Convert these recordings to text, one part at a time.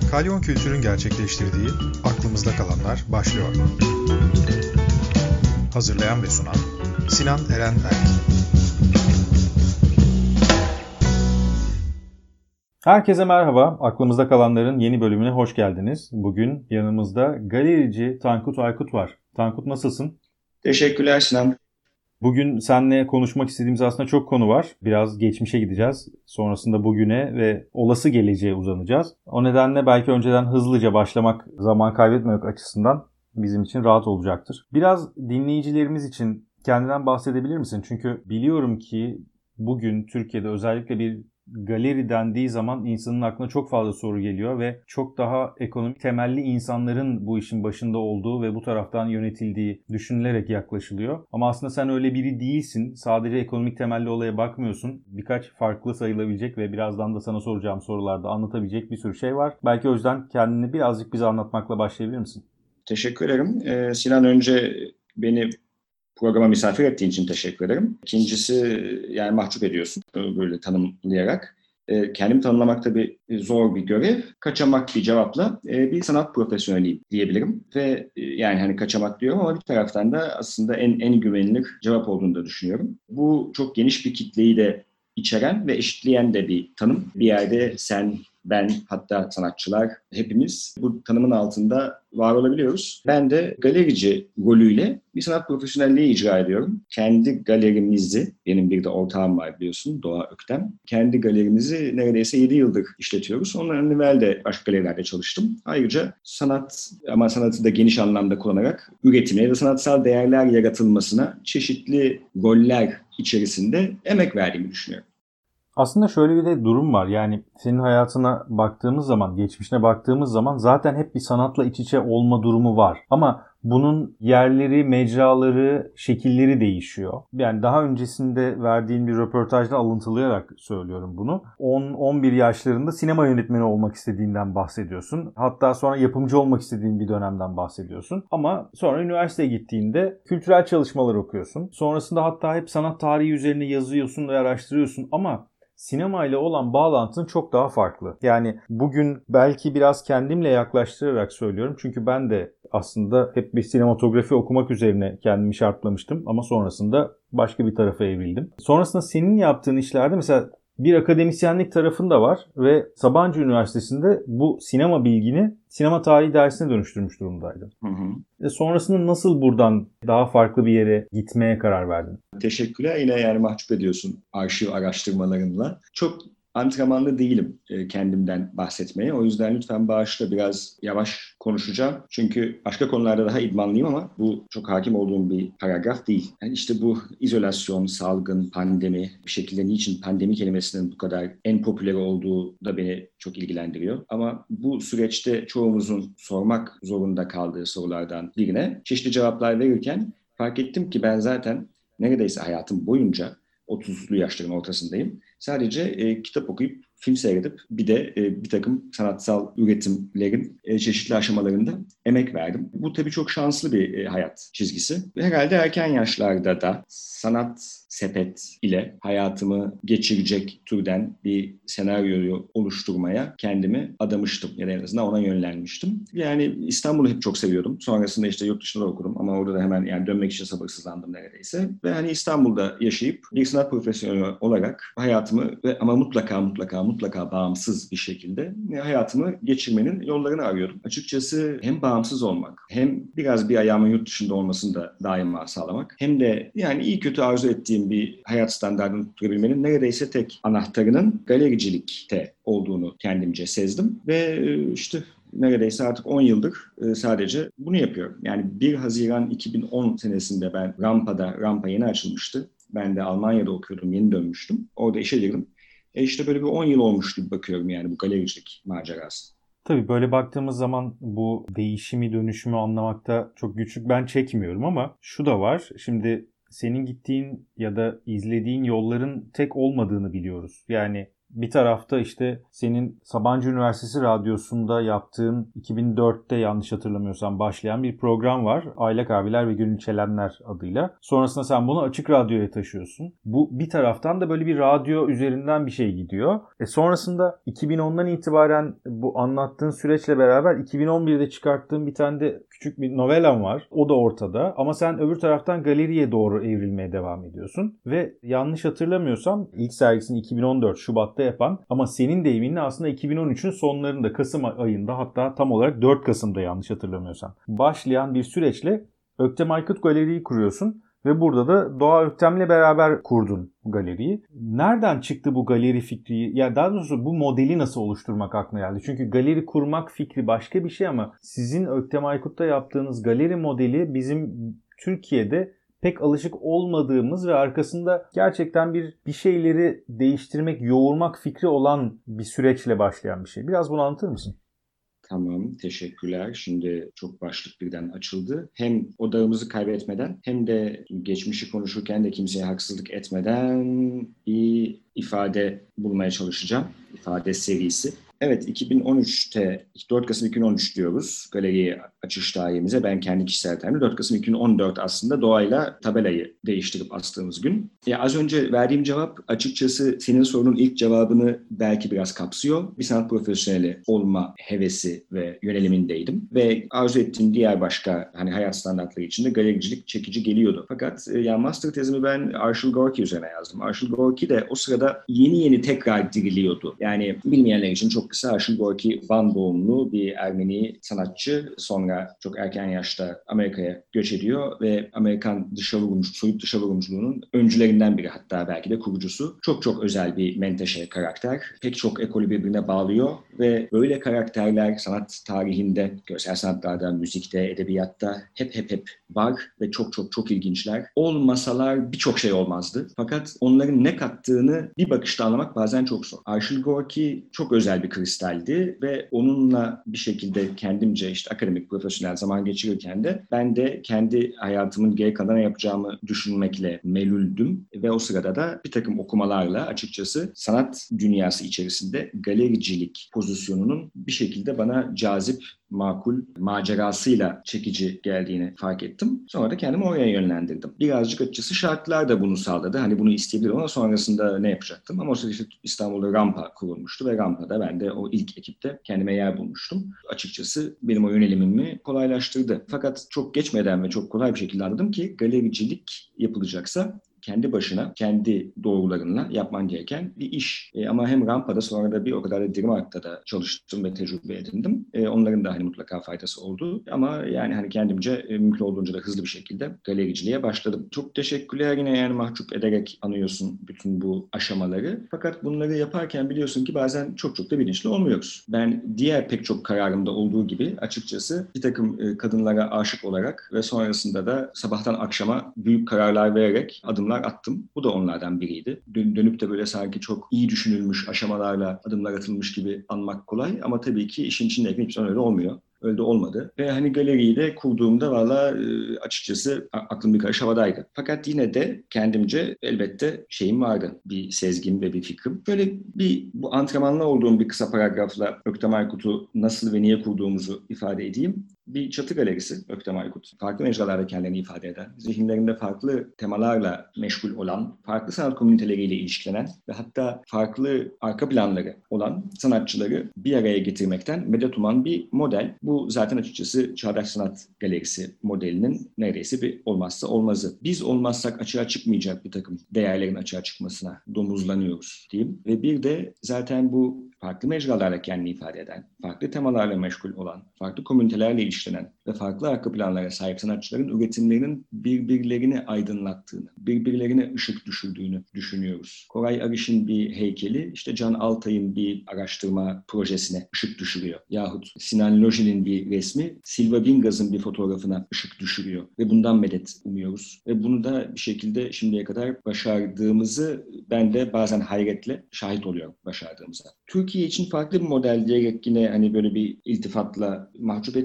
Kalyon Kültür'ün gerçekleştirdiği Aklımızda Kalanlar başlıyor. Hazırlayan ve sunan Sinan Eren Erk. Herkese merhaba. Aklımızda Kalanlar'ın yeni bölümüne hoş geldiniz. Bugün yanımızda galerici Tankut Aykut var. Tankut, nasılsın? Teşekkürler Sinan. Bugün seninle konuşmak istediğimiz aslında çok konu var. Biraz geçmişe gideceğiz. Sonrasında bugüne ve olası geleceğe uzanacağız. O nedenle belki önceden hızlıca başlamak, zaman kaybetmemek açısından bizim için rahat olacaktır. Biraz dinleyicilerimiz için kendinden bahsedebilir misin? Çünkü biliyorum ki bugün Türkiye'de özellikle bir galeri dendiği zaman insanın aklına çok fazla soru geliyor ve çok daha ekonomik temelli insanların bu işin başında olduğu ve bu taraftan yönetildiği düşünülerek yaklaşılıyor. Ama aslında sen öyle biri değilsin. Sadece ekonomik temelli olaya bakmıyorsun. Birkaç farklı sayılabilecek ve birazdan da sana soracağım sorularda anlatabilecek bir sürü şey var. Belki o yüzden kendini birazcık bize anlatmakla başlayabilir misin? Teşekkür ederim. Sinan, önce beni programa misafir ettiğin için teşekkür ederim. İkincisi, yani mahcup ediyorsun böyle tanımlayarak. Kendimi tanımlamak tabii zor bir görev. Kaçamak bir cevapla bir sanat profesyoneliyim diyebilirim. Ve yani hani kaçamak diyorum ama bir taraftan da aslında en güvenilir cevap olduğunu da düşünüyorum. Bu çok geniş bir kitleyi de içeren ve eşitleyen de bir tanım. Bir yerde sen, ben, hatta sanatçılar, hepimiz bu tanımın altında var olabiliyoruz. Ben de galerici rolüyle bir sanat profesyonelliği icra ediyorum. Kendi galerimizi, benim bir de ortağım var biliyorsun, Doğa Öktem. Kendi galerimizi neredeyse 7 yıldır işletiyoruz. Ondan evvel de başka galerilerde çalıştım. Ayrıca sanat, ama sanatı da geniş anlamda kullanarak üretimine ya da sanatsal değerler yaratılmasına çeşitli roller içerisinde emek verdiğimi düşünüyorum. Aslında şöyle bir de durum var. Yani senin hayatına baktığımız zaman, geçmişine baktığımız zaman zaten hep bir sanatla iç içe olma durumu var. Ama bunun yerleri, mecraları, şekilleri değişiyor. Yani daha öncesinde verdiğin bir röportajda alıntılayarak söylüyorum bunu. 10-11 yaşlarında sinema yönetmeni olmak istediğinden bahsediyorsun. Hatta sonra yapımcı olmak istediğin bir dönemden bahsediyorsun. Ama sonra üniversiteye gittiğinde kültürel çalışmalar okuyorsun. Sonrasında hatta hep sanat tarihi üzerine yazıyorsun ve araştırıyorsun ama sinema ile olan bağlantın çok daha farklı. Yani bugün belki biraz kendimle yaklaştırarak söylüyorum. Çünkü ben de aslında hep bir sinematografi okumak üzerine kendimi şartlamıştım. Ama sonrasında başka bir tarafa evrildim. Sonrasında senin yaptığın işlerde mesela bir akademisyenlik tarafın da var ve Sabancı Üniversitesi'nde bu sinema bilgini sinema tarihi dersine dönüştürmüş durumdaydın. Sonrasında nasıl buradan daha farklı bir yere gitmeye karar verdin? Teşekkürler. Yine yani mahcup ediyorsun arşiv araştırmalarınla. Çok antrenmanlı değilim kendimden bahsetmeye. O yüzden lütfen bağışla, biraz yavaş konuşacağım. Çünkü başka konularda daha idmanlıyım ama bu çok hakim olduğum bir paragraf değil. Yani işte bu izolasyon, salgın, pandemi, bir şekilde niçin pandemi kelimesinin bu kadar en popüler olduğu da beni çok ilgilendiriyor. Ama bu süreçte çoğumuzun sormak zorunda kaldığı sorulardan birine çeşitli cevaplar verirken fark ettim ki ben zaten neredeyse hayatım boyunca 30'lu yaşların ortasındayım. Sadece kitap okuyup, film seyredip bir de bir takım sanatsal üretimlerin çeşitli aşamalarında emek verdim. Bu tabii çok şanslı bir hayat çizgisi. Ve herhalde erken yaşlarda da sanat sepet ile hayatımı geçirecek türden bir senaryoyu oluşturmaya kendimi adamıştım. Ya da en azından ona yönlenmiştim. Yani İstanbul'u hep çok seviyordum. Sonrasında işte yurt dışında da okudum ama orada da hemen yani dönmek için sabırsızlandım neredeyse. Ve hani İstanbul'da yaşayıp bir sanat profesyoneli olarak hayatımı ama mutlaka bağımsız bir şekilde hayatımı geçirmenin yollarını arıyorum. Açıkçası hem bağımsız olmak, hem biraz bir ayağımın yurt dışında olmasını da daima sağlamak, hem de yani iyi kötü arzu ettiğim bir hayat standartını tutturabilmenin neredeyse tek anahtarının galericilikte olduğunu kendimce sezdim. Ve işte neredeyse artık 10 yıldır sadece bunu yapıyorum. Yani 1 Haziran 2010 senesinde ben Rampa yeni açılmıştı. Ben de Almanya'da okuyordum, yeni dönmüştüm. Orada işe girdim. İşte böyle bir 10 yıl olmuş gibi bakıyorum yani bu galericilik macerası. Tabii böyle baktığımız zaman bu değişimi, dönüşümü anlamakta çok güçlük ben çekmiyorum ama şu da var. Şimdi senin gittiğin ya da izlediğin yolların tek olmadığını biliyoruz. Yani Bir tarafta işte senin Sabancı Üniversitesi Radyosu'nda yaptığın 2004'te yanlış hatırlamıyorsam başlayan bir program var. Aylak Abiler ve Gönül Çelenler adıyla. Sonrasında sen bunu Açık Radyo'ya taşıyorsun. Bu bir taraftan da böyle bir radyo üzerinden bir şey gidiyor. Sonrasında 2010'dan itibaren bu anlattığın süreçle beraber 2011'de çıkarttığın bir tane de küçük bir novelam var. O da ortada. Ama sen öbür taraftan galeriye doğru evrilmeye devam ediyorsun. Ve yanlış hatırlamıyorsam ilk sergisini 2014 Şubat'ta yapan ama senin deyiminle aslında 2013'ün sonlarında Kasım ayında, hatta tam olarak 4 Kasım'da yanlış hatırlamıyorsam başlayan bir süreçle Öktem Aykut Galeri'yi kuruyorsun. Ve burada da Doğa Öktem'le beraber kurdun galeriyi. Nereden çıktı bu galeri fikri? Ya daha doğrusu bu modeli nasıl oluşturmak aklına geldi? Çünkü galeri kurmak fikri başka bir şey ama sizin Öktem Aykut'ta yaptığınız galeri modeli bizim Türkiye'de pek alışık olmadığımız ve arkasında gerçekten bir şeyleri değiştirmek, yoğurmak fikri olan bir süreçle başlayan bir şey. Biraz bunu anlatır mısın? Tamam, teşekkürler. Şimdi çok başlık birden açıldı. Hem odağımızı kaybetmeden hem de geçmişi konuşurken de kimseye haksızlık etmeden bir ifade bulmaya çalışacağım. İfade serisi. Evet, 2013'te 4 Kasım 2013 diyoruz galeri açış tarihimize. Ben kendi kişisel tarihimde 4 Kasım 2014 aslında doğayla tabelayı değiştirip astığımız gün. Az önce verdiğim cevap açıkçası senin sorunun ilk cevabını belki biraz kapsıyor. Bir sanat profesyoneli olma hevesi ve yönelimindeydim. Ve arzu ettiğim diğer başka hayat standartları içinde galericilik çekici geliyordu. Fakat master tezimi ben Arshil Gorky üzerine yazdım. Arshil Gorky de o sırada yeni tekrar diriliyordu. Yani bilmeyenler için çok kısa, Arshil Gorky Van doğumlu bir Ermeni sanatçı. Sonra çok erken yaşta Amerika'ya göç ediyor ve Amerikan soyut dışa vurumculuğunun öncülerinden biri, hatta belki de kurucusu. Çok özel bir menteşe karakter. Pek çok ekolü birbirine bağlıyor ve böyle karakterler sanat tarihinde, görsel sanatlarda, müzikte, edebiyatta hep var ve çok ilginçler. Olmasalar birçok şey olmazdı. Fakat onların ne kattığını bir bakışta anlamak bazen çok zor. Arshil Gorky çok özel bir kristaldi ve onunla bir şekilde kendimce akademik, profesyonel zaman geçirirken de ben de kendi hayatımın geri kalanına yapacağımı düşünmekle melüldüm ve o sırada da bir takım okumalarla açıkçası sanat dünyası içerisinde galericilik pozisyonunun bir şekilde bana cazip, makul, macerasıyla çekici geldiğini fark ettim. Sonra da kendimi oraya yönlendirdim. Birazcık açıkçası şartlar da bunu sağladı. Bunu isteyebilirim ama sonrasında ne yapacaktım? Ama o sırada İstanbul'da Rampa kurulmuştu ve Rampa'da ben de o ilk ekipte kendime yer bulmuştum. Açıkçası benim o yönelimimi kolaylaştırdı. Fakat çok geçmeden ve çok kolay bir şekilde anladım ki galericilik yapılacaksa kendi başına, kendi doğrularınla yapman gereken bir iş. Ama hem Rampa'da sonra da bir o kadar da Dirimark'ta da çalıştım ve tecrübe edindim. Onların da mutlaka faydası oldu. Ama kendimce mümkün olduğunca da hızlı bir şekilde galericiliğe başladım. Çok teşekkürler yine mahcup ederek anıyorsun bütün bu aşamaları. Fakat bunları yaparken biliyorsun ki bazen çok da bilinçli olmuyoruz. Ben diğer pek çok kararımda olduğu gibi açıkçası bir takım kadınlara aşık olarak ve sonrasında da sabahtan akşama büyük kararlar vererek adımlar attım. Bu da onlardan biriydi. Dönüp de böyle sanki çok iyi düşünülmüş aşamalarla adımlar atılmış gibi anmak kolay ama tabii ki işin içindeyken hiçbir zaman öyle olmuyor. Öyle de olmadı. Ve galeriyi de kurduğumda açıkçası aklım bir karış havadaydı. Fakat yine de kendimce elbette şeyim vardı. Bir sezgim ve bir fikrim. Böyle bu antrenmanlı olduğum bir kısa paragrafla Öktem Aykut'u nasıl ve niye kurduğumuzu ifade edeyim. Bir çatı galerisi Öktem Aykut. Farklı mecralarda kendini ifade eden, zihinlerinde farklı temalarla meşgul olan, farklı sanat komüniteleriyle ilişkilenen ve hatta farklı arka planları olan sanatçıları bir araya getirmekten medet uman bir model. Bu zaten açıkçası Çağdaş Sanat Galerisi modelinin neredeyse bir olmazsa olmazı. Biz olmazsak açığa çıkmayacak bir takım değerlerin açığa çıkmasına domuzlanıyoruz diyeyim. Ve bir de zaten bu farklı mecralarla kendini ifade eden, farklı temalarla meşgul olan, farklı komünitelerle ilişkilenen ve farklı arka planlara sahip sanatçıların üretimlerinin birbirlerini aydınlattığını, birbirlerine ışık düşürdüğünü düşünüyoruz. Koray Ariş'in bir heykeli, Can Altay'ın bir araştırma projesine ışık düşürüyor. Yahut Sinan Loji'nin bir resmi, Silva Bingaz'ın bir fotoğrafına ışık düşürüyor. Ve bundan medet umuyoruz. Ve bunu da bir şekilde şimdiye kadar başardığımızı ben de bazen hayretle şahit oluyorum başardığımıza. Türkiye için farklı bir model diyerek yine böyle bir iltifatla mahcup ettim.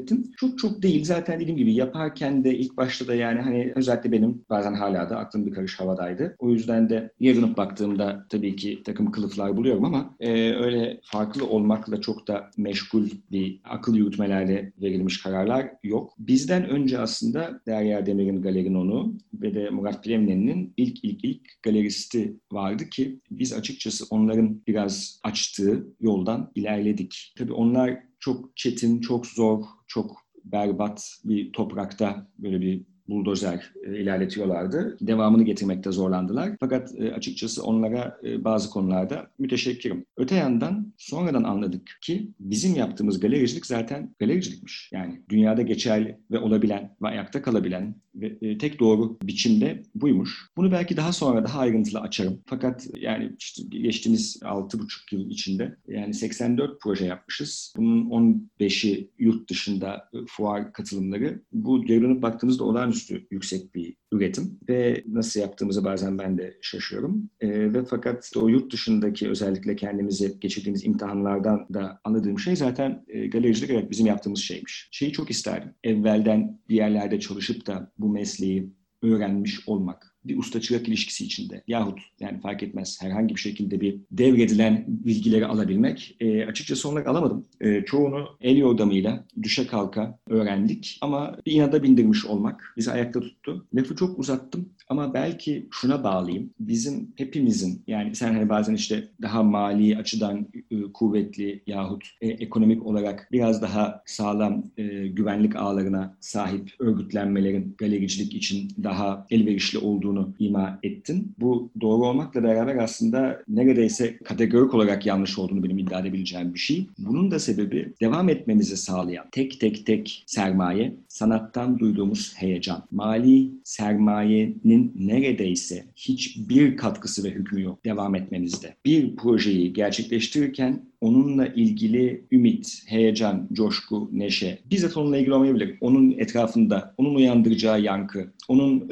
Çok değil. Zaten dediğim gibi yaparken de ilk başta da yani hani özellikle benim bazen hala da aklım bir karış havadaydı. O yüzden de yarınıp baktığımda tabii ki takım kılıflar buluyorum ama öyle farklı olmakla çok da meşgul bir akıl yürütmelerle verilmiş kararlar yok. Bizden önce aslında Derya Demir'in Galerinon'u ve de Murat Plevnen'in ilk galeristi vardı ki biz açıkçası onların biraz açtığı yoldan ilerledik. Tabii onlar çok çetin, çok zor, çok berbat bir toprakta böyle bir buldozer ilerletiyorlardı. Devamını getirmekte zorlandılar. Fakat açıkçası onlara bazı konularda müteşekkirim. Öte yandan sonradan anladık ki bizim yaptığımız galericilik zaten galericilikmiş. Yani dünyada geçerli ve olabilen ve ayakta kalabilen ve tek doğru biçimde buymuş. Bunu belki daha sonra daha ayrıntılı açarım. Fakat yani işte geçtiğimiz 6,5 yıl içinde yani 84 proje yapmışız. Bunun 15'i yurt dışında fuar katılımları. Bu geri dönüp baktığımızda olağanüstü yüksek bir üretim ve nasıl yaptığımızı bazen ben de şaşıyorum. Ve fakat o yurt dışındaki özellikle kendimizi geçirdiğimiz imtihanlardan da anladığım şey zaten galericilik evet bizim yaptığımız şeymiş. Şeyi çok isterdim. Evvelden bir yerlerde çalışıp da bu mesleği öğrenmiş olmak. Bir usta-çırak ilişkisi içinde yahut yani fark etmez herhangi bir şekilde bir devredilen bilgileri alabilmek. Açıkçası onları alamadım. Çoğunu el yordamıyla düşe kalka öğrendik ama bir inada bindirmiş olmak bizi ayakta tuttu. Lafı çok uzattım ama belki şuna bağlayayım. Bizim hepimizin yani sen hani bazen işte daha mali açıdan kuvvetli yahut ekonomik olarak biraz daha sağlam güvenlik ağlarına sahip örgütlenmelerin galericilik için daha elverişli olduğunu ima ettin. Bu doğru olmakla beraber aslında neredeyse kategorik olarak yanlış olduğunu benim iddia edebileceğim bir şey. Bunun da sebebi devam etmemizi sağlayan tek sermaye, sanattan duyduğumuz heyecan. Mali sermayenin neredeyse hiçbir katkısı ve hükmü yok devam etmemizde. Bir projeyi gerçekleştirirken onunla ilgili ümit, heyecan, coşku, neşe, bizzat onunla ilgili olmayabilir. Onun etrafında, onun uyandıracağı yankı, onun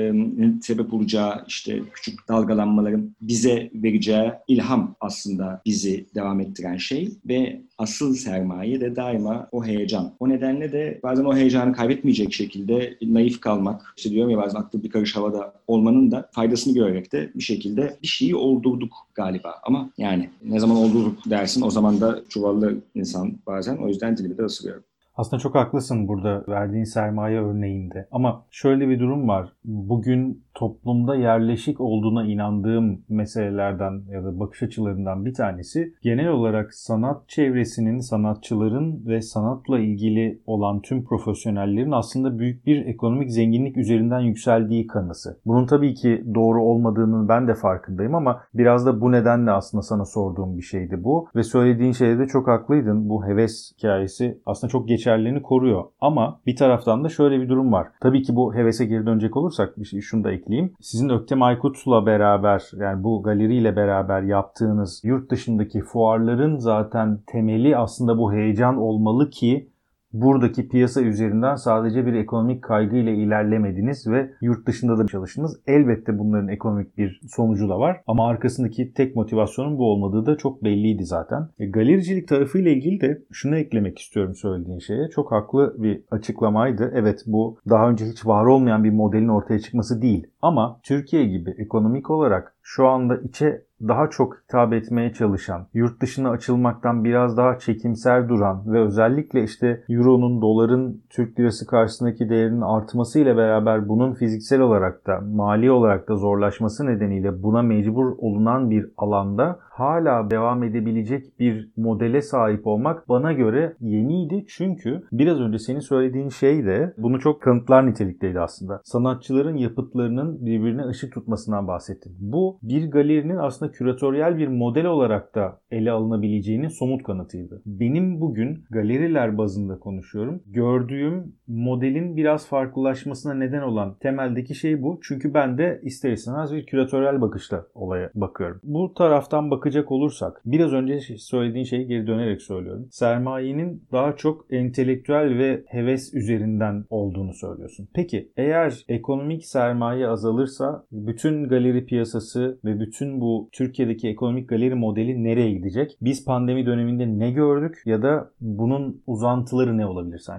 sebep olacağı işte küçük dalgalanmaların bize vereceği ilham aslında bizi devam ettiren şey ve asıl sermaye de daima o heyecan. O nedenle de bazen o heyecanı kaybetmeyecek şekilde naif kalmak, işte diyorum ya bazen aklı bir karış havada olmanın da faydasını görerek de bir şekilde bir şeyi oldurduk galiba. Ama yani ne zaman oldurduk dersin o zaman da çuvallı insan bazen o yüzden dilimi de ısırıyorum. Aslında çok haklısın burada verdiğin sermaye örneğinde. Ama şöyle bir durum var. Bugün toplumda yerleşik olduğuna inandığım meselelerden ya da bakış açılarından bir tanesi genel olarak sanat çevresinin, sanatçıların ve sanatla ilgili olan tüm profesyonellerin aslında büyük bir ekonomik zenginlik üzerinden yükseldiği kanısı. Bunun tabii ki doğru olmadığının ben de farkındayım ama biraz da bu nedenle aslında sana sorduğum bir şeydi bu. Ve söylediğin şeyde de çok haklıydın. Bu heves hikayesi aslında çok geçerliliğini koruyor. Ama bir taraftan da şöyle bir durum var. Tabii ki bu hevese geri dönecek olursak şunu da ekleyeyim. Sizin Öktem Aykut'la beraber yani bu galeriyle beraber yaptığınız yurt dışındaki fuarların zaten temeli aslında bu heyecan olmalı ki buradaki piyasa üzerinden sadece bir ekonomik kaygıyla ilerlemediniz ve yurt dışında da çalıştınız. Elbette bunların ekonomik bir sonucu da var ama arkasındaki tek motivasyonun bu olmadığı da çok belliydi zaten. Galericilik tarafıyla ilgili de şunu eklemek istiyorum söylediğin şeye. Çok haklı bir açıklamaydı. Evet bu daha önce hiç var olmayan bir modelin ortaya çıkması değil. Ama Türkiye gibi ekonomik olarak şu anda içe daha çok hitap etmeye çalışan, yurt dışına açılmaktan biraz daha çekimser duran ve özellikle işte Euro'nun, doların Türk lirası karşısındaki değerinin artmasıyla beraber bunun fiziksel olarak da, mali olarak da zorlaşması nedeniyle buna mecbur olunan bir alanda hala devam edebilecek bir modele sahip olmak bana göre yeniydi. Çünkü biraz önce senin söylediğin şey de bunu çok kanıtlar nitelikteydi aslında. Sanatçıların yapıtlarının birbirine ışık tutmasından bahsettim. Bu bir galerinin aslında küratöryel bir model olarak da ele alınabileceğinin somut kanıtıydı. Benim bugün galeriler bazında konuşuyorum. Gördüğüm modelin biraz farklılaşmasına neden olan temeldeki şey bu. Çünkü ben de ister istemez bir küratöryel bakışla olaya bakıyorum. Bu taraftan bakacak olursak biraz önce söylediğin şeyi geri dönerek söylüyorum. Sermayenin daha çok entelektüel ve heves üzerinden olduğunu söylüyorsun. Peki eğer ekonomik sermaye azalırsa bütün galeri piyasası ve bütün bu Türkiye'deki ekonomik galeri modeli nereye gidecek? Biz pandemi döneminde ne gördük ya da bunun uzantıları ne olabilir sence?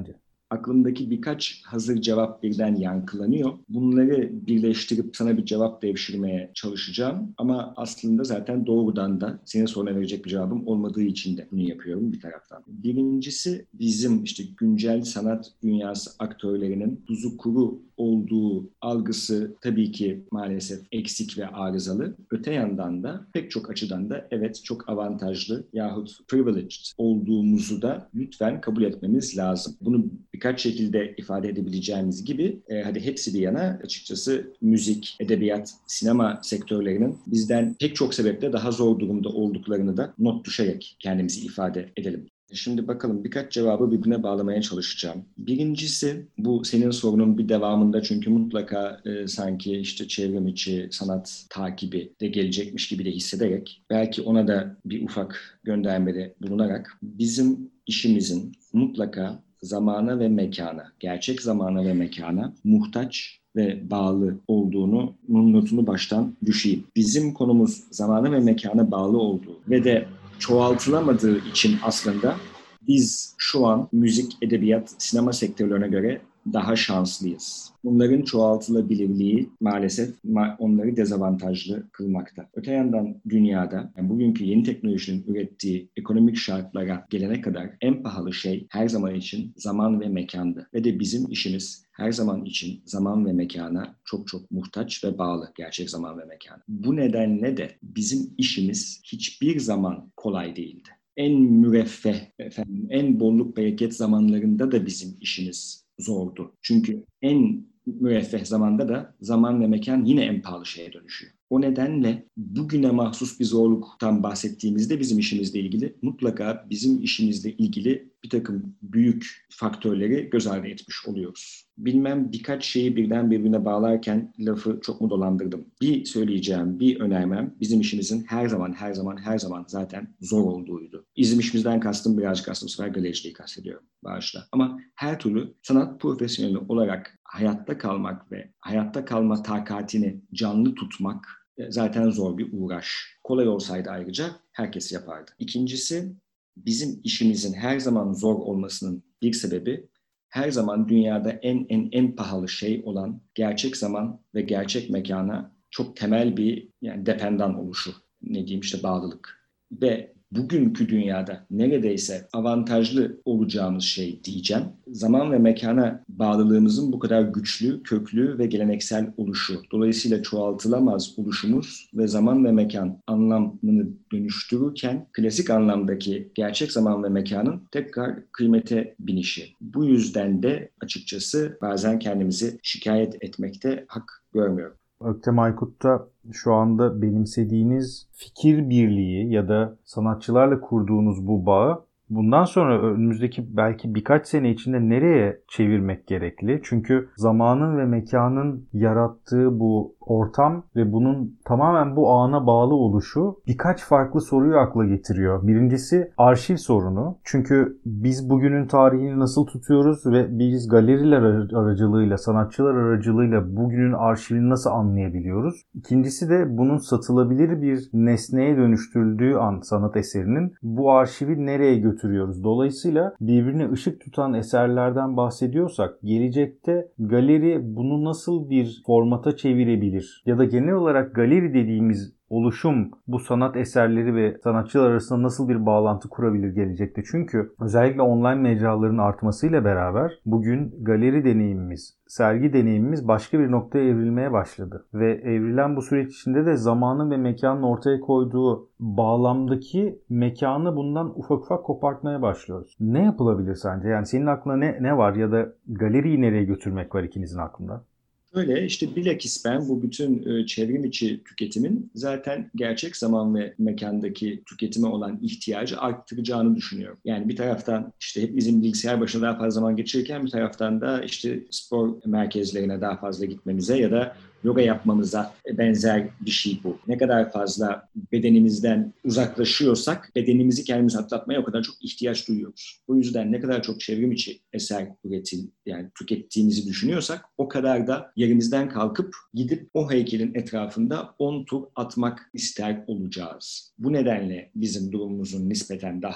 aklımdaki birkaç hazır cevap birden yankılanıyor. Bunları birleştirip sana bir cevap devşirmeye çalışacağım. Ama aslında zaten doğrudan da senin soruna verecek bir cevabım olmadığı için de bunu yapıyorum bir taraftan. Birincisi, bizim işte güncel sanat dünyası aktörlerinin tuzu kuru olduğu algısı tabii ki maalesef eksik ve arızalı. Öte yandan da pek çok açıdan da evet çok avantajlı yahut privileged olduğumuzu da lütfen kabul etmemiz lazım. Bunu birkaç şekilde ifade edebileceğimiz gibi hadi hepsi bir yana açıkçası müzik, edebiyat, sinema sektörlerinin bizden pek çok sebeple daha zor durumda olduklarını da not düşerek kendimizi ifade edelim. Şimdi bakalım birkaç cevabı birbirine bağlamaya çalışacağım. Birincisi bu senin sorunun bir devamında çünkü mutlaka sanki işte çevrim içi sanat takibi de gelecekmiş gibi de hissederek belki ona da bir ufak göndermede bulunarak bizim işimizin mutlaka zamana ve mekana, gerçek zamana ve mekana muhtaç ve bağlı olduğunu, notunu baştan düşeyim. Bizim konumuz zamana ve mekana bağlı olduğu ve de çoğaltılamadığı için aslında biz şu an müzik, edebiyat, sinema sektörlerine göre daha şanslıyız. Bunların çoğaltılabilirliği maalesef onları dezavantajlı kılmakta. Öte yandan dünyada yani bugünkü yeni teknolojinin ürettiği ekonomik şartlara gelene kadar en pahalı şey her zaman için zaman ve mekandı. Ve de bizim işimiz her zaman için zaman ve mekana çok çok muhtaç ve bağlı, gerçek zaman ve mekana. Bu nedenle de bizim işimiz hiçbir zaman kolay değildi. En müreffeh, en bolluk bereket zamanlarında da bizim işimiz zordu. Çünkü en müreffeh zamanda da zaman ve mekan yine en pahalı şeye dönüşüyor. O nedenle bugüne mahsus bir zorluktan bahsettiğimizde bizim işimizle ilgili mutlaka bizim işimizle ilgili bir takım büyük faktörleri göz ardı etmiş oluyoruz. Bilmem birkaç şeyi birden birbirine bağlarken lafı çok mu dolandırdım? Bir söyleyeceğim, bir önermem bizim işimizin her zaman zaten zor olduğuydu. Bizim işimizden kastım birazcık aslında bu sefer galericiliği kastediyorum. Bağışla. Ama her türlü sanat profesyoneli olarak hayatta kalmak ve hayatta kalma takatini canlı tutmak zaten zor bir uğraş. Kolay olsaydı ayrıca herkes yapardı. İkincisi, bizim işimizin her zaman zor olmasının bir sebebi her zaman dünyada en pahalı şey olan gerçek zaman ve gerçek mekana çok temel bir yani dependan oluşu. Ne diyeyim işte bağlılık. Ve bugünkü dünyada neredeyse avantajlı olacağımız şey diyeceğim. Zaman ve mekana bağlılığımızın bu kadar güçlü, köklü ve geleneksel oluşu. Dolayısıyla çoğaltılamaz oluşumuz ve zaman ve mekan anlamını dönüştürürken klasik anlamdaki gerçek zaman ve mekanın tekrar kıymete binişi. Bu yüzden de açıkçası bazen kendimizi şikayet etmekte hak görmüyorum. Öktem Aykut'ta şu anda benimsediğiniz fikir birliği ya da sanatçılarla kurduğunuz bu bağı bundan sonra önümüzdeki belki birkaç sene içinde nereye çevirmek gerekli? Çünkü zamanın ve mekanın yarattığı bu ortam ve bunun tamamen bu ana bağlı oluşu birkaç farklı soruyu akla getiriyor. Birincisi arşiv sorunu. Çünkü biz bugünün tarihini nasıl tutuyoruz ve biz galeriler aracılığıyla, sanatçılar aracılığıyla bugünün arşivini nasıl anlayabiliyoruz? İkincisi de bunun satılabilir bir nesneye dönüştürüldüğü an sanat eserinin bu arşivi nereye götürüyoruz? Dolayısıyla birbirine ışık tutan eserlerden bahsediyorsak gelecekte galeri bunu nasıl bir formata çevirebilir? Ya da genel olarak galeri dediğimiz oluşum bu sanat eserleri ve sanatçılar arasında nasıl bir bağlantı kurabilir gelecekte? Çünkü özellikle online mecraların artmasıyla beraber bugün galeri deneyimimiz, sergi deneyimimiz başka bir noktaya evrilmeye başladı. Ve evrilen bu süreç içinde de zamanın ve mekanın ortaya koyduğu bağlamdaki mekanı bundan ufak ufak kopartmaya başlıyoruz. Ne yapılabilir sence? Yani senin aklına ne var ya da galeriyi nereye götürmek var ikinizin aklında? Öyle işte bilakis ben bu bütün çevrim içi tüketimin zaten gerçek zaman ve mekandaki tüketime olan ihtiyacı arttıracağını düşünüyorum. Yani bir taraftan işte hep bizim bilgisayar başında daha fazla zaman geçirirken bir taraftan da işte spor merkezlerine daha fazla gitmemize ya da yoga yapmamıza benzer bir şey bu. Ne kadar fazla bedenimizden uzaklaşıyorsak bedenimizi kendimize hatırlatmaya o kadar çok ihtiyaç duyuyoruz. O yüzden ne kadar çok çevrim içi eser yani tükettiğimizi düşünüyorsak o kadar da yerimizden kalkıp gidip o heykelin etrafında 10 tur atmak ister olacağız. Bu nedenle bizim durumumuzun nispeten daha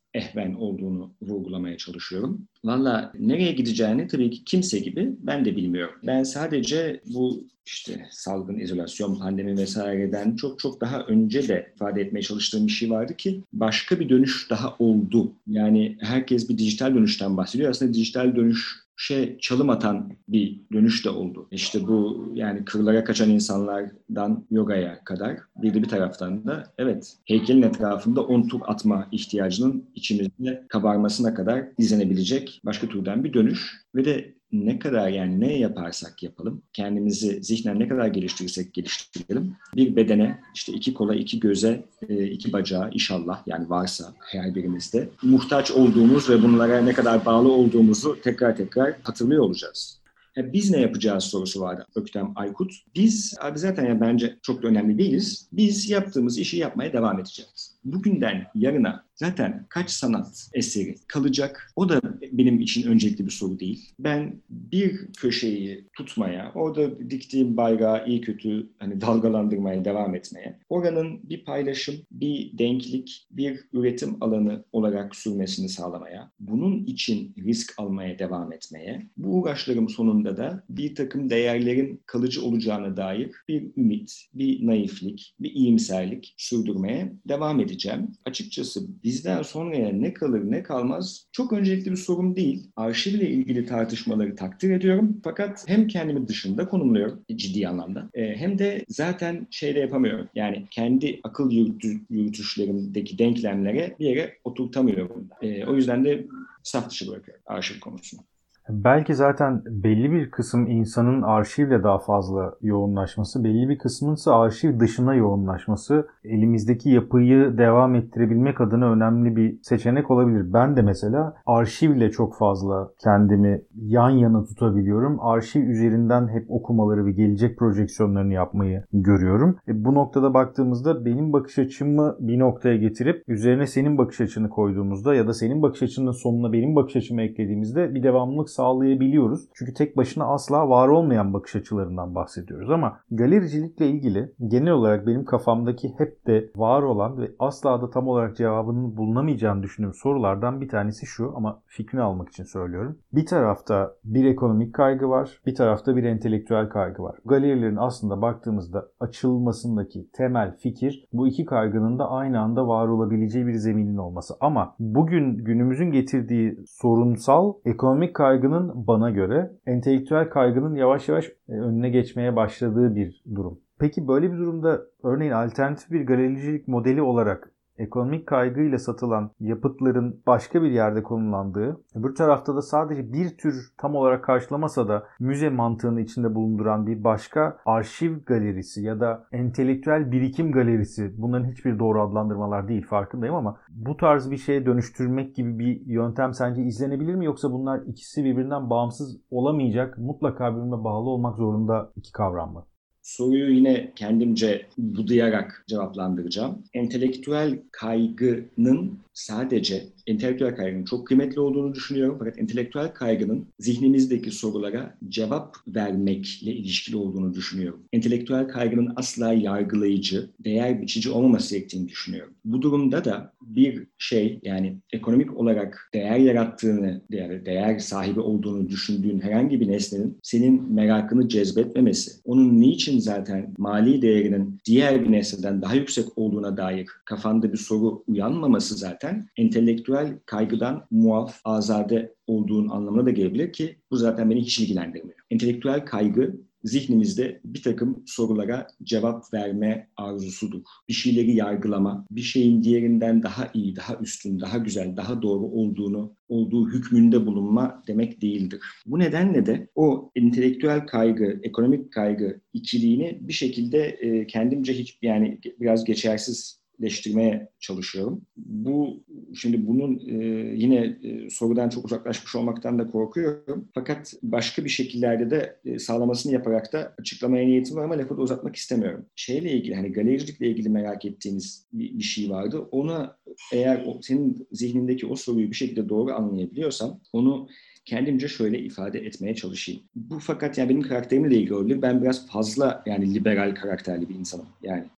ehven olduğunu vurgulamaya çalışıyorum. Valla nereye gideceğini tabii ki kimse gibi ben de bilmiyorum. Ben sadece bu işte salgın, izolasyon, pandemi vesaireden çok çok daha önce de ifade etmeye çalıştığım bir şey vardı ki başka bir dönüş daha oldu. Yani herkes bir dijital dönüşten bahsediyor. Aslında dijital dönüşe çalım atan bir dönüş de oldu. İşte bu yani kırlara kaçan insanlardan yogaya kadar bir de bir taraftan da evet heykelin etrafında 10 tur atma ihtiyacının içimizde kabarmasına kadar izlenebilecek başka türden bir dönüş ve de ne kadar yani ne yaparsak yapalım, kendimizi zihnen ne kadar geliştirirsek geliştirelim, bir bedene işte 2 kola, 2 göze, 2 bacağa inşallah yani varsa her birimizde muhtaç olduğumuz ve bunlara ne kadar bağlı olduğumuzu tekrar tekrar hatırlıyor olacağız. Biz ne yapacağız sorusu vardı Öktem Aykut. Biz abi zaten yani bence çok da önemli değiliz. Biz yaptığımız işi yapmaya devam edeceğiz. Bugünden yarına zaten kaç sanat eseri kalacak? O da benim için öncelikli bir soru değil. Ben bir köşeyi tutmaya, orada diktiğim bayrağı iyi kötü hani dalgalandırmaya devam etmeye, oranın bir paylaşım, bir denklik, bir üretim alanı olarak sürmesini sağlamaya, bunun için risk almaya devam etmeye, bu uğraşlarım sonunda da bir takım değerlerin kalıcı olacağına dair bir ümit, bir naiflik, bir iyimserlik sürdürmeye devam edeceğim. Açıkçası bizden sonraya ne kalır ne kalmaz çok öncelikli bir sorun değil. Arşivle ilgili tartışmaları takdir ediyorum. Fakat hem kendimi dışında konumluyorum ciddi anlamda. Hem de zaten şey de yapamıyorum. Yani kendi akıl yürütüşlerimdeki denklemlere bir yere oturtamıyorum. O yüzden de saf dışı bırakıyorum arşiv konusunu. Belki zaten belli bir kısım insanın arşivle daha fazla yoğunlaşması, belli bir kısmın ise arşiv dışına yoğunlaşması elimizdeki yapıyı devam ettirebilmek adına önemli bir seçenek olabilir. Ben de mesela arşivle çok fazla kendimi yan yana tutabiliyorum. Arşiv üzerinden hep okumaları ve gelecek projeksiyonlarını yapmayı görüyorum. Bu noktada baktığımızda benim bakış açımı bir noktaya getirip üzerine senin bakış açını koyduğumuzda ya da senin bakış açının sonuna benim bakış açımı eklediğimizde bir devamlılık sağlayabiliyoruz. Çünkü tek başına asla var olmayan bakış açılarından bahsediyoruz ama galericilikle ilgili genel olarak benim kafamdaki hep de var olan ve asla da tam olarak cevabının bulunamayacağını düşündüğüm sorulardan bir tanesi şu ama fikrini almak için söylüyorum. Bir tarafta bir ekonomik kaygı var, bir tarafta bir entelektüel kaygı var. Galerilerin aslında baktığımızda açılmasındaki temel fikir bu iki kaygının da aynı anda var olabileceği bir zeminin olması. Ama bugün günümüzün getirdiği sorunsal ekonomik kaygının bana göre entelektüel kaygının yavaş yavaş önüne geçmeye başladığı bir durum. Peki böyle bir durumda örneğin alternatif bir galericilik modeli olarak ekonomik kaygıyla satılan yapıtların başka bir yerde konumlandığı, öbür tarafta da sadece bir tür tam olarak karşılamasa da müze mantığını içinde bulunduran bir başka arşiv galerisi ya da entelektüel birikim galerisi, bunların hiçbir doğru adlandırmalar değil farkındayım ama bu tarz bir şeye dönüştürmek gibi bir yöntem sence izlenebilir mi? Yoksa bunlar ikisi birbirinden bağımsız olamayacak, mutlaka birbirine bağlı olmak zorunda iki kavram mı? Soruyu yine kendimce budayarak cevaplandıracağım. Entelektüel kaygının çok kıymetli olduğunu düşünüyorum. Fakat entelektüel kaygının zihnimizdeki sorulara cevap vermekle ilişkili olduğunu düşünüyorum. Entelektüel kaygının asla yargılayıcı, değer biçici olmaması gerektiğini düşünüyorum. Bu durumda da bir şey yani ekonomik olarak değer yarattığını, değer sahibi olduğunu düşündüğün herhangi bir nesnenin senin merakını cezbetmemesi, onun niçin zaten mali değerinin diğer bir nesneden daha yüksek olduğuna dair kafanda bir soru uyanmaması zaten entelektüel kaygıdan muaf, azade olduğun anlamına da gelebilir ki bu zaten beni hiç ilgilendirmiyor. Entelektüel kaygı zihnimizde bir takım sorulara cevap verme arzusudur. Bir şeyleri yargılama, bir şeyin diğerinden daha iyi, daha üstün, daha güzel, daha doğru olduğu hükmünde bulunma demek değildir. Bu nedenle de o entelektüel kaygı, ekonomik kaygı ikiliğini bir şekilde kendimce yani biraz geçersizleştirmeye çalışıyorum. Şimdi bunun yine sorudan çok uzaklaşmış olmaktan da korkuyorum. Fakat başka bir şekillerde de sağlamasını yaparak da açıklamaya niyetim var ama lafı da uzatmak istemiyorum. Şeyle ilgili hani galericilikle ilgili merak ettiğiniz bir şey vardı. Ona eğer senin zihnindeki o soruyu bir şekilde doğru anlayabiliyorsam onu kendimce şöyle ifade etmeye çalışayım. Bu fakat yani benim karakterimle ilgili olabilir. Ben biraz fazla yani liberal karakterli bir insanım. Yani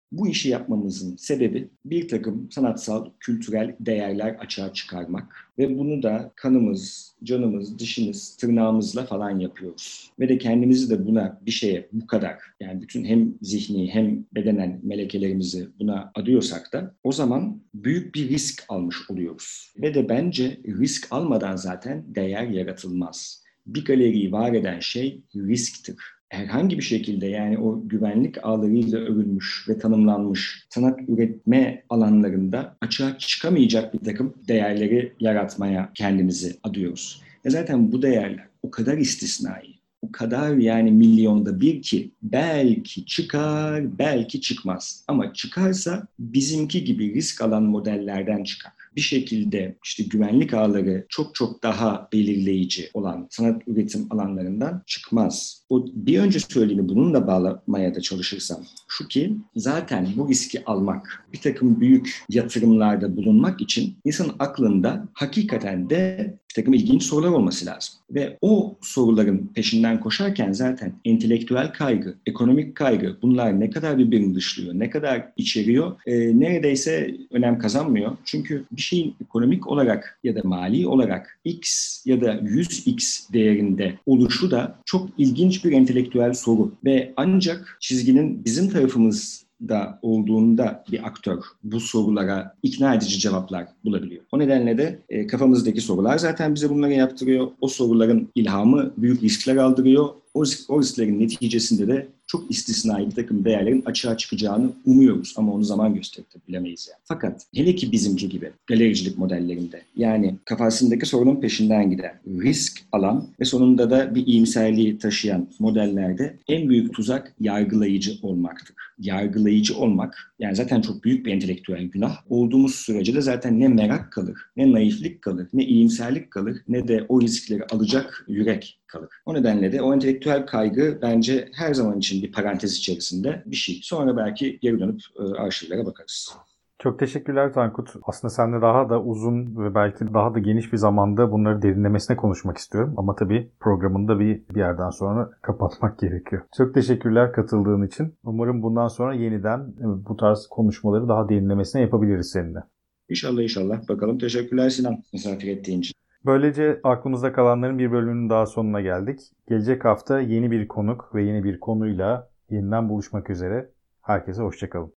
Bu işi yapmamızın sebebi bir takım sanatsal, kültürel değerler açığa çıkarmak ve bunu da kanımız, canımız, dişimiz, tırnağımızla falan yapıyoruz. Ve de kendimizi de buna bir şeye bu kadar yani bütün hem zihni hem bedenen melekelerimizi buna adıyorsak da o zaman büyük bir risk almış oluyoruz. Ve de bence risk almadan zaten değer yaratılmaz. Bir galeriyi var eden şey risktir. Herhangi bir şekilde yani o güvenlik ağlarıyla örülmüş ve tanımlanmış sanat üretme alanlarında açığa çıkamayacak bir takım değerleri yaratmaya kendimizi adıyoruz. Ve zaten bu değerler o kadar istisnai, o kadar yani milyonda bir ki belki çıkar, belki çıkmaz. Ama çıkarsa bizimki gibi risk alan modellerden çıkar. Bir şekilde işte güvenlik ağları çok çok daha belirleyici olan sanat üretim alanlarından çıkmaz. O bir önce söylediğimi bununla bağlamaya da çalışırsam şu ki zaten bu riski almak, bir takım büyük yatırımlarda bulunmak için insanın aklında hakikaten de bir takım ilginç sorular olması lazım. Ve o soruların peşinden koşarken zaten entelektüel kaygı, ekonomik kaygı bunlar ne kadar birbirini dışlıyor, ne kadar içeriyor neredeyse önem kazanmıyor. Çünkü bir şeyin ekonomik olarak ya da mali olarak X ya da 100X değerinde oluşu da çok ilginç bir entelektüel soru. Ve ancak çizginin bizim tarafımızda olduğunda bir aktör bu sorulara ikna edici cevaplar bulabiliyor. O nedenle de kafamızdaki sorular zaten bize bunları yaptırıyor. O soruların ilhamı büyük riskler aldırıyor. O risklerin neticesinde de çok istisnai bir takım değerlerin açığa çıkacağını umuyoruz. Ama onu zaman gösterir bilemeyiz yani. Fakat hele ki bizimki gibi galericilik modellerinde yani kafasındaki sorunun peşinden giden, risk alan ve sonunda da bir iyimserliği taşıyan modellerde en büyük tuzak yargılayıcı olmaktır. Yargılayıcı olmak yani zaten çok büyük bir entelektüel günah. Olduğumuz sürece de zaten ne merak kalır, ne naiflik kalır, ne iyimserlik kalır, ne de o riskleri alacak yürek kalır. O nedenle de o entelektüel kaygı bence her zaman için bir parantez içerisinde bir şey. Sonra belki geri dönüp arşivlere bakarız. Çok teşekkürler Tankut. Aslında seninle daha da uzun ve belki daha da geniş bir zamanda bunları derinlemesine konuşmak istiyorum. Ama tabii programını da bir yerden sonra kapatmak gerekiyor. Çok teşekkürler katıldığın için. Umarım bundan sonra yeniden bu tarz konuşmaları daha derinlemesine yapabiliriz seninle. İnşallah inşallah. Bakalım. Teşekkürler Sinan misafir ettiğin için. Böylece aklımızda kalanların bir bölümünün daha sonuna geldik. Gelecek hafta yeni bir konuk ve yeni bir konuyla yeniden buluşmak üzere. Herkese hoşça kalın.